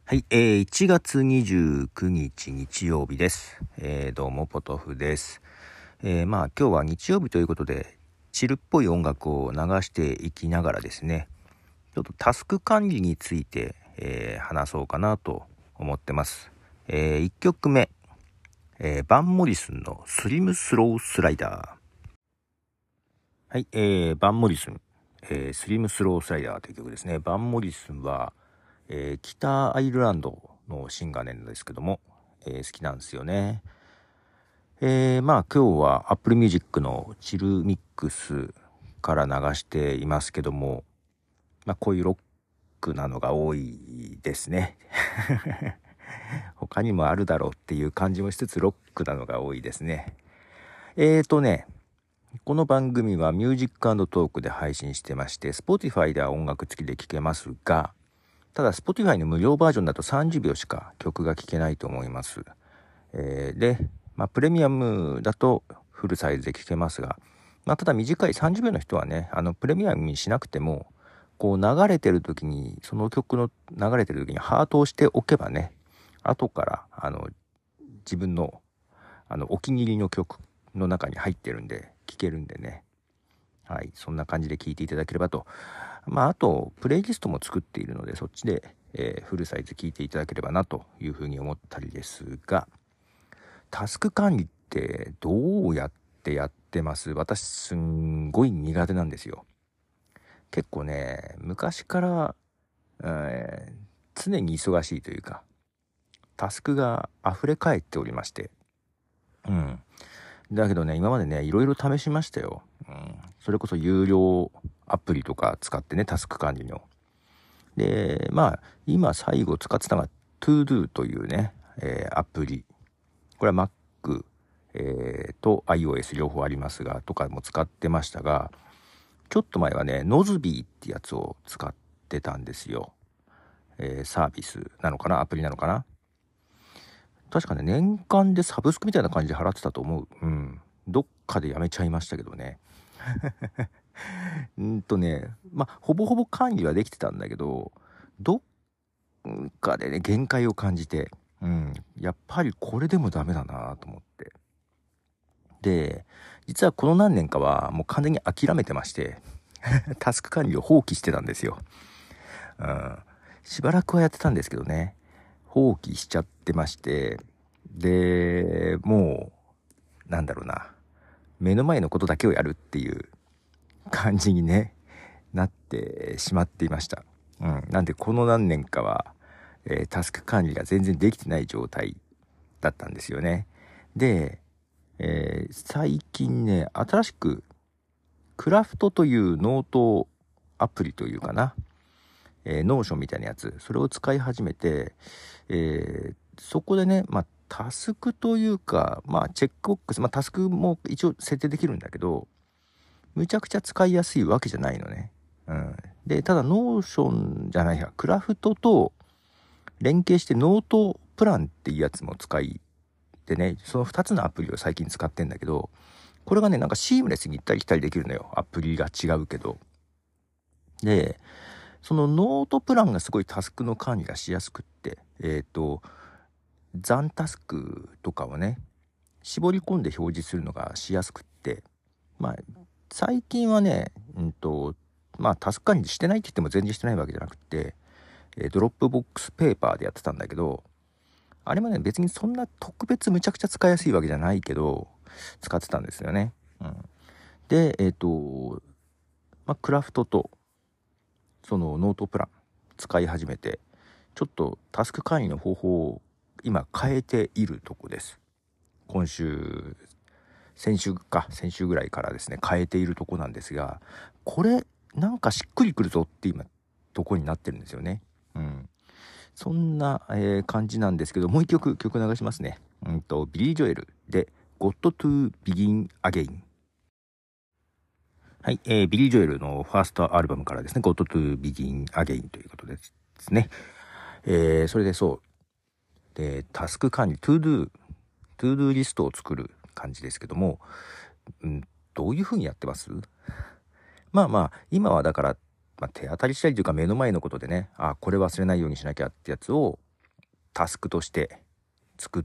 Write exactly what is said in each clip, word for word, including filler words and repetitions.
はい、えー、いちがつにじゅうくにち日曜日です。えー、どうもポトフです。えー、まあ今日は日曜日ということでチルっぽい音楽を流していきながらですね、ちょっとタスク管理について、えー、話そうかなと思ってます。えー、いっきょくめ、えー、バンモリスンのスリムスロースライダー。はい、えー、バンモリスン、えー、スリムスロースライダーという曲ですね。バンモリスンはえー、北アイルランドのシンガーなんですけども、えー、好きなんですよね。えー、まあ今日は Apple Music のチルミックスから流していますけども、まあこういうロックなのが多いですね。他にもあるだろうっていう感じもしつつロックなのが多いですね。えーとね、この番組はミュージック&トークで配信してまして、Spotify では音楽付きで聴けますが、ただ Spotify の無料バージョンだとさんじゅうびょうしか曲が聴けないと思います。えー、で、まあ、プレミアムだとフルサイズで聴けますが、まあ、ただ短いさんじゅうびょうの人はね、あのプレミアムにしなくても、こう流れてる時に、その曲の流れてる時にハートをしておけばね、後からあの自分のあのお気に入りの曲の中に入ってるんで聴けるんでね、はい、そんな感じで聴いていただければと。まあ、あと、プレイリストも作っているので、そっちで、えー、フルサイズ聞いていただければなというふうに思ったりですが、タスク管理ってどうやってやってます？私、すんごい苦手なんですよ。結構ね、昔から、えー、常に忙しいというか、タスクが溢れ返っておりまして、うん。だけどね、今までね、いろいろ試しましたよ。うん。それこそ有料アプリとか使ってね、タスク管理の。で、まあ、今最後使ってたのが ToDo というね、えー、アプリ。これは Mac、えー、と iOS 両方ありますが、とかも使ってましたが、ちょっと前はね、ノズビーってやつを使ってたんですよ。えー、サービスなのかな、アプリなのかな。確かね、年間でサブスクみたいな感じで払ってたと思う。うん。どっかでやめちゃいましたけどね。うんとね、まあ、ほぼほぼ管理はできてたんだけど、どっかでね、限界を感じて、うん、やっぱりこれでもダメだなと思って。で、実はこの何年かはもう完全に諦めてまして、タスク管理を放棄してたんですよ。うん。しばらくはやってたんですけどね、放棄しちゃってまして、で、もう、なんだろうな、目の前のことだけをやるっていう感じにね、なってしまっていました。うん。なんでこの何年かは、えー、タスク管理が全然できてない状態だったんですよね。で、えー、最近ね、新しくクラフトというノートアプリというかな、えー、ノーションみたいなやつ、それを使い始めて、えー、そこでね、まあタスクというか、まあチェックボックス、まあタスクも一応設定できるんだけど、むちゃくちゃ使いやすいわけじゃないのね。うん。で、ただノーションじゃないや、クラフトと連携してノートプランっていうやつも使いでね、そのふたつのアプリを最近使ってんだけど、これがね、なんかシームレスに行ったり来たりできるのよ。アプリが違うけど。で、そのノートプランがすごいタスクの管理がしやすくって、えっと、残タスクとかをね、絞り込んで表示するのがしやすくって、まあ、最近はね、うんと、まあ、タスク管理してないって言っても全然してないわけじゃなくて、えー、ドロップボックスペーパーでやってたんだけど、あれもね、別にそんな特別むちゃくちゃ使いやすいわけじゃないけど、使ってたんですよね。うん。で、えっと、まあ、クラフトと、そのノートプラン使い始めて、ちょっとタスク管理の方法を今変えているとこです。今週、先週か、先週ぐらいからですね、変えているとこなんですが、これ、なんかしっくりくるぞって今、とこになってるんですよね。うん。そんな、えー感じなんですけど、もう一曲曲流しますね。うんと、ビリー・ジョエルで Got to Begin Again。はい、えー、ビリー・ジョエルのファーストアルバムからですね、Got to Begin Again ということですね。えー、それでそう。で、タスク管理、ToDo、ToDo リストを作る感じですけども、うん、どういう風にやってます？まあまあ、今はだから、まあ、手当たり次第というか目の前のことでね、あ、これ忘れないようにしなきゃってやつを、 タスクとして作って、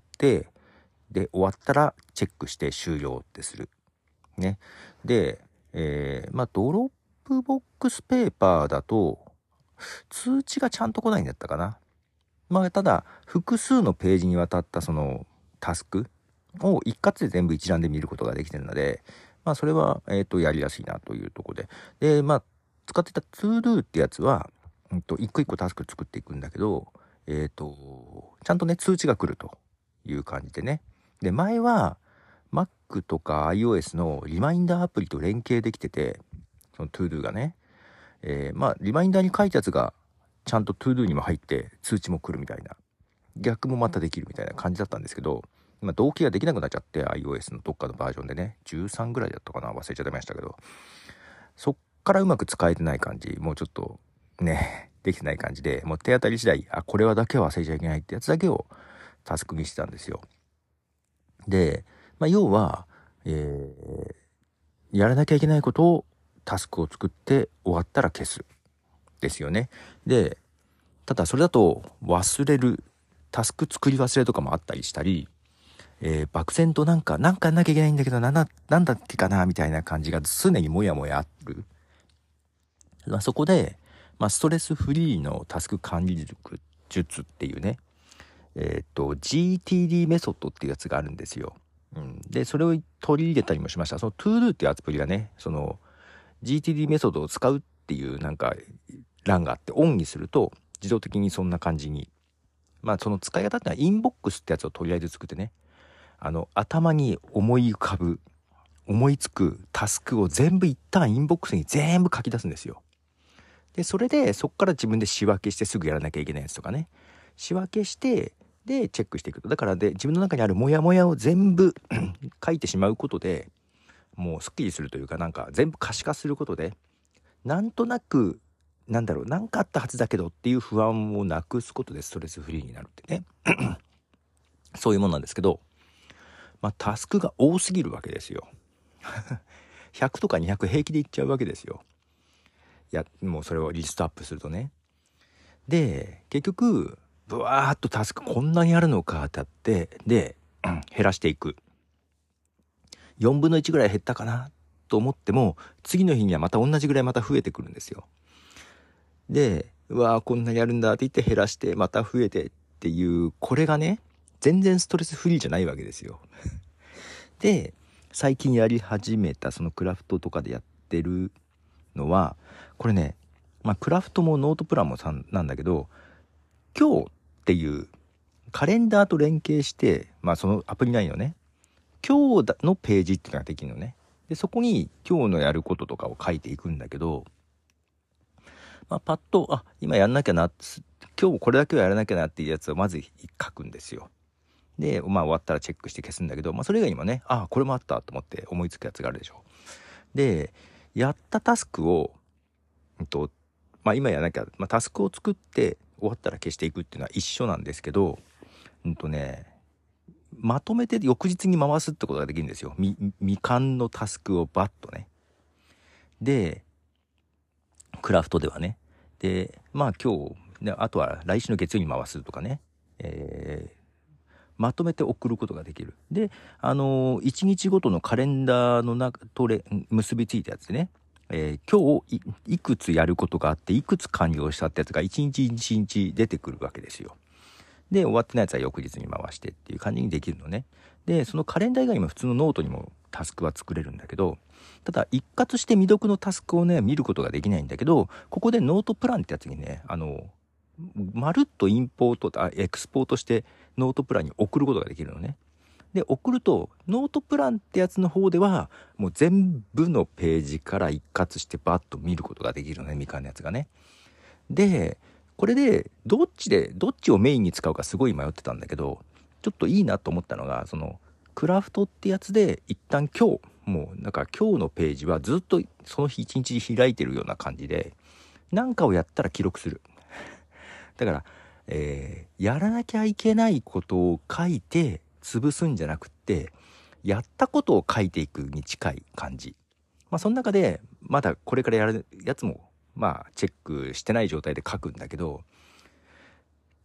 で終わったらチェックして終了ってするね。で、えー、まあドロップボックスペーパーだと通知がちゃんと来ないんだったかな。まあただ複数のページにわたったそのタスクを一括で全部一覧で見ることができているので、まあそれはえっとやりやすいなというところで、でまあ使ってた ToDo ってやつは、うんと一個一個タスク作っていくんだけど、えっとちゃんとね通知が来るという感じでね。で前は Mac とか iOS のリマインダーアプリと連携できてて、その ToDo がね、えー、まあリマインダーに書いたやつがちゃんと ToDo にも入って通知も来るみたいな、逆もまたできるみたいな感じだったんですけど、今同期ができなくなっちゃって iOS のどっかのバージョンでね、じゅうさんぐらいだったかな、忘れちゃいましたけど、そっからうまく使えてない感じ、もうちょっとねできてない感じで、もう手当たり次第、あこれはだけは忘れちゃいけないってやつだけをタスクにしてたんですよ。で、まあ、要は、えー、やらなきゃいけないことをタスクを作って終わったら消すですよね。でただそれだと忘れる、タスク作り忘れとかもあったりしたり、えー、漠然となんかなんかやんなきゃいけないんだけどなんだなんだっけかなみたいな感じが常にもやもやある。まあ、そこで、まあ、ストレスフリーのタスク管理術っていうね、えっと ジーティーディー メソッドっていうやつがあるんですよ。うん、でそれを取り入れたりもしました。その ToDo っていうアプリがね、その ジーティーディー メソッドを使うっていうなんか欄があって、オンにすると自動的にそんな感じに、まあその使い方ってのはインボックスってやつをとりあえず作ってね、あの頭に思い浮かぶ思いつくタスクを全部一旦インボックスに全部書き出すんですよ。でそれでそこから自分で仕分けしてすぐやらなきゃいけないやつとかね、仕分けしてでチェックしていくと、だからで自分の中にあるモヤモヤを全部書いてしまうことで、もうすっきりするというか、なんか全部可視化することで、なんとなくなんだろう、なんかあったはずだけどっていう不安をなくすことでストレスフリーになるってねそういうもんなんですけど、まあタスクが多すぎるわけですよひゃくとかにひゃく平気でいっちゃうわけですよ。いやもうそれをリストアップするとね。で結局ブワーッとタスクこんなにあるのかってあって、で、うん、減らしていく。よんぶんのいちぐらい減ったかなと思っても、次の日にはまた同じぐらいまた増えてくるんですよ。でうわーこんなにあるんだって言って減らしてまた増えてっていう、これがね全然ストレスフリーじゃないわけですよで最近やり始めたそのクラフトとかでやってるのは、これね、まあクラフトもノートプランもさんなんだけど、今日っていうカレンダーと連携して、まあそのアプリ内のね今日のページっていうのができるのね。でそこに今日のやることとかを書いていくんだけど、まあ、パッとあ今やんなきゃな、今日これだけはやらなきゃなっていうやつをまず書くんですよ。でまあ終わったらチェックして消すんだけど、まあそれ以外にもね、あこれもあったと思って思いつくやつがあるでしょ。でやったタスクを、うんとまあ、今やらなきゃ、まあ、タスクを作って終わったら消していくっていうのは一緒なんですけど、うんとねまとめて翌日に回すってことができるんですよ。み未完のタスクをバッとね。でクラフトではね。でまあ今日あとは来週の月曜に回すとかね、えー、まとめて送ることができる。であのー、いちにちごとのカレンダーの中とれ結びついたやつでね、えー、今日 い, いくつやることがあっていくつ完了したってやつがいちにちいちにち出てくるわけですよ。で終わってないやつは翌日に回してっていう感じにできるのね。でそのカレンダー以外にも普通のノートにもタスクは作れるんだけど、ただ一括して未読のタスクをね見ることができないんだけど、ここでノートプランってやつにね、あのまるっとインポートあエクスポートしてノートプランに送ることができるのね。で送るとノートプランってやつの方ではもう全部のページから一括してバッと見ることができるのね、みかんのやつがね。でこれでどっちでどっちをメインに使うかすごい迷ってたんだけど、ちょっといいなと思ったのが、そのクラフトってやつで一旦今日もうなんか今日のページはずっとその日一日開いてるような感じで、何かをやったら記録するだから、えー、やらなきゃいけないことを書いて潰すんじゃなくって、やったことを書いていくに近い感じ。まあその中でまだこれからやるやつもまあチェックしてない状態で書くんだけど、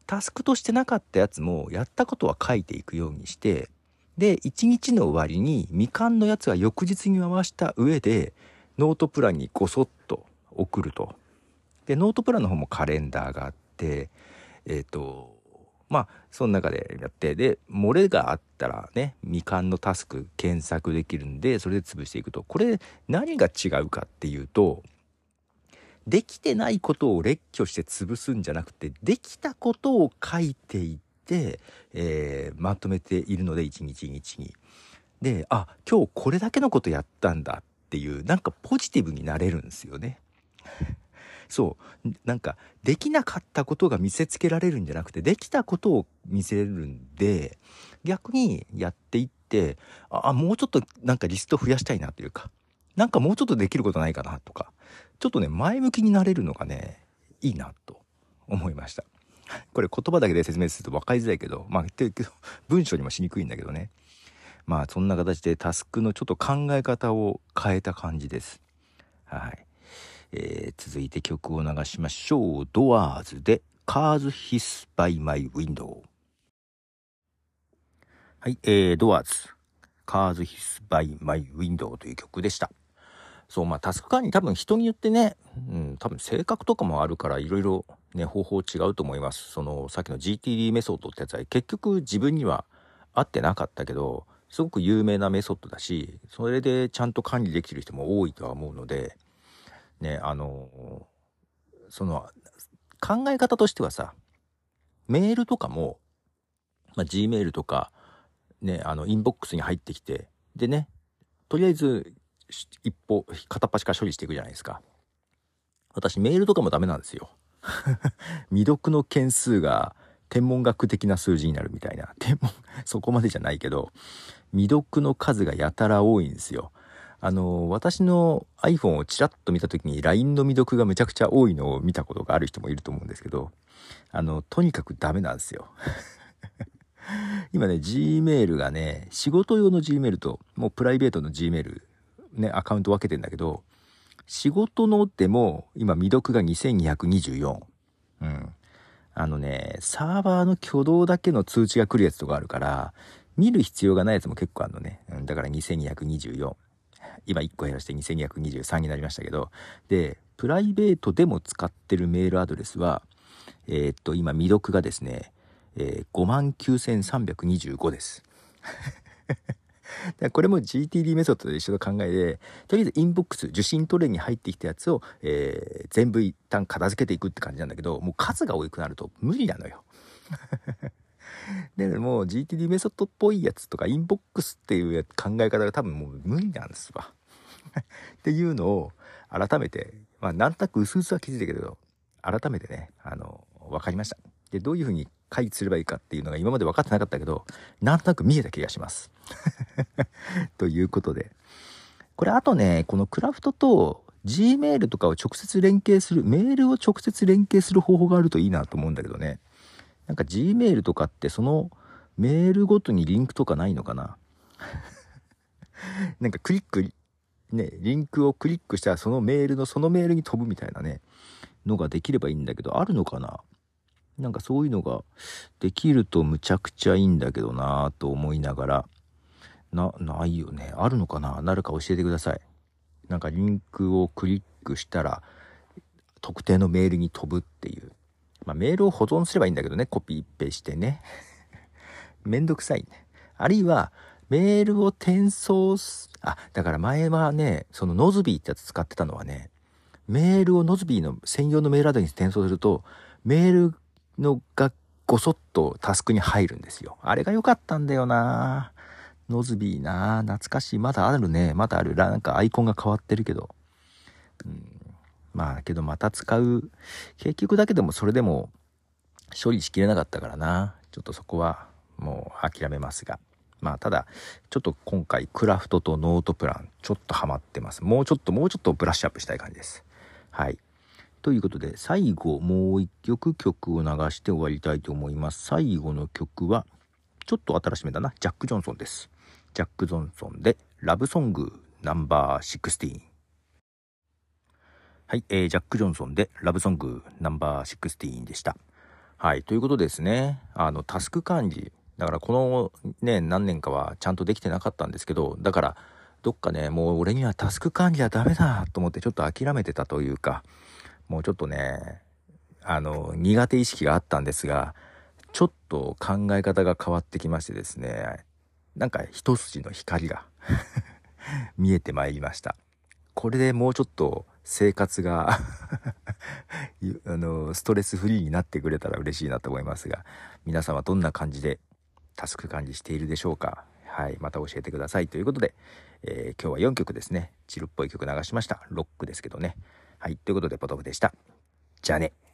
タスクとしてなかったやつもやったことは書いていくようにして、でいちにちの終わりに未完のやつは翌日に回した上でノートプランにごそっと送ると。でノートプランの方もカレンダーがあって、えっとまあその中でやって、で漏れがあったらね未完のタスク検索できるんで、それで潰していくと。これ何が違うかっていうと、できてないことを列挙して潰すんじゃなくて、できたことを書いていって、えーまとめているので、一日一日に。で、あ、今日これだけのことやったんだっていう、なんかポジティブになれるんですよね。そうなんかできなかったことが見せつけられるんじゃなくて、できたことを見せるんで、逆にやっていって、あもうちょっとなんかリスト増やしたいなというか、なんかもうちょっとできることないかなとか、ちょっとね前向きになれるのがねいいなと思いました。これ言葉だけで説明すると分かりづらいけど、まあけど文章にもしにくいんだけどね。まあそんな形でタスクのちょっと考え方を変えた感じです。はい。えー、続いて曲を流しましょう。ドアーズで Cars Hiss by My Window。 はい、えー、ドアーズ Cars Hiss by My Window という曲でした。そう、まあタスク管理多分人によってね、うん、多分性格とかもあるからいろいろね方法違うと思います。そのさっきの ジーティーディー メソッドってやつは結局自分には合ってなかったけど、すごく有名なメソッドだし、それでちゃんと管理できてる人も多いとは思うのでね、あのその考え方としてはさ、メールとかも、まあ、G メールとかね、あのインボックスに入ってきて、でね、とりあえず一歩片っ端から処理していくじゃないですか。私メールとかもダメなんですよ。未読の件数が天文学的な数字になるみたいな、天文そこまでじゃないけど、未読の数がやたら多いんですよ。あの私の iPhone をちらっと見た時に ライン の未読がめちゃくちゃ多いのを見たことがある人もいると思うんですけど、あのとにかくダメなんですよ。今ね G メールがね、仕事用の G メールともうプライベートの G メールねアカウント分けてんだけど、仕事のでも今未読がにせんにひゃくにじゅうよん。うん。あのね、サーバーの挙動だけの通知が来るやつとかあるから、見る必要がないやつも結構あるのね。うん、だからにせんにひゃくにじゅうよん。今いっこ減らしてにせんにひゃくにじゅうさんになりましたけど、で、プライベートでも使ってるメールアドレスは、えー、っと、今未読がですね、えー、ごまんきゅうせんさんびゃくにじゅうごです。これも ジーティーディー メソッドで一緒の考えで、とりあえずインボックス受信トレイに入ってきたやつを、えー、全部一旦片付けていくって感じなんだけど、もう数が多くなると無理なのよ。でもう ジーティーディー メソッドっぽいやつとかインボックスっていう考え方が多分もう無理なんですわ。っていうのを改めて、まあなんとなく薄々は気づいたけど、改めてね、あの分かりました。でどういうふうに回避すればいいかっていうのが今まで分かってなかったけど、なんとなく見えた気がします。ということで、これあとね、このクラフトと G メールとかを直接連携する、メールを直接連携する方法があるといいなと思うんだけどね。なんか G メールとかってそのメールごとにリンクとかないのかな。なんかクリックね、リンクをクリックしたらそのメールのそのメールに飛ぶみたいなねのができればいいんだけど、あるのかな。なんかそういうのができるとむちゃくちゃいいんだけどなと思いながら、なないよね。あるのかな。誰か教えてください。なんかリンクをクリックしたら特定のメールに飛ぶっていう、まあ、メールを保存すればいいんだけどね、コピーペしてね。めんどくさいね。あるいはメールを転送す、あ、だから前はね、そのノズビーってやつ使ってたのはね、メールをノズビーの専用のメールアドレスに転送すると、メールのがごそっとタスクに入るんですよ。あれが良かったんだよな。ノズビーな、懐かしい。まだあるね。まだある。なんかアイコンが変わってるけど。うん、まあけどまた使う。結局だけでもそれでも処理しきれなかったからな。ちょっとそこはもう諦めますが。まあただちょっと今回クラフトとノートプランちょっとハマってます。もうちょっともうちょっとブラッシュアップしたい感じです。はい。ということで最後もう一曲曲を流して終わりたいと思います。最後の曲はちょっと新しめだな。ジャック・ジョンソンです。ジャック・ジョンソンでラブソングナンバーじゅうろく。はい、えー、ジャック・ジョンソンでラブソングナンバーじゅうろくでした。 はい、ということですね。あの、タスク管理。だからこのね、何年かはちゃんとできてなかったんですけど、だからどっかね、もう俺にはタスク管理はダメだと思ってちょっと諦めてたというか、もうちょっとね、あの、苦手意識があったんですが、ちょっと考え方が変わってきましてですね、なんか一筋の光が見えてまいりました。これでもうちょっと生活があのストレスフリーになってくれたら嬉しいなと思いますが、皆様どんな感じでタスク管理しているでしょうか。はい、また教えてくださいということで、えー、今日はよんきょくですね。チルっぽい曲流しました。ロックですけどね。はい、ということでポトフでした。じゃあね。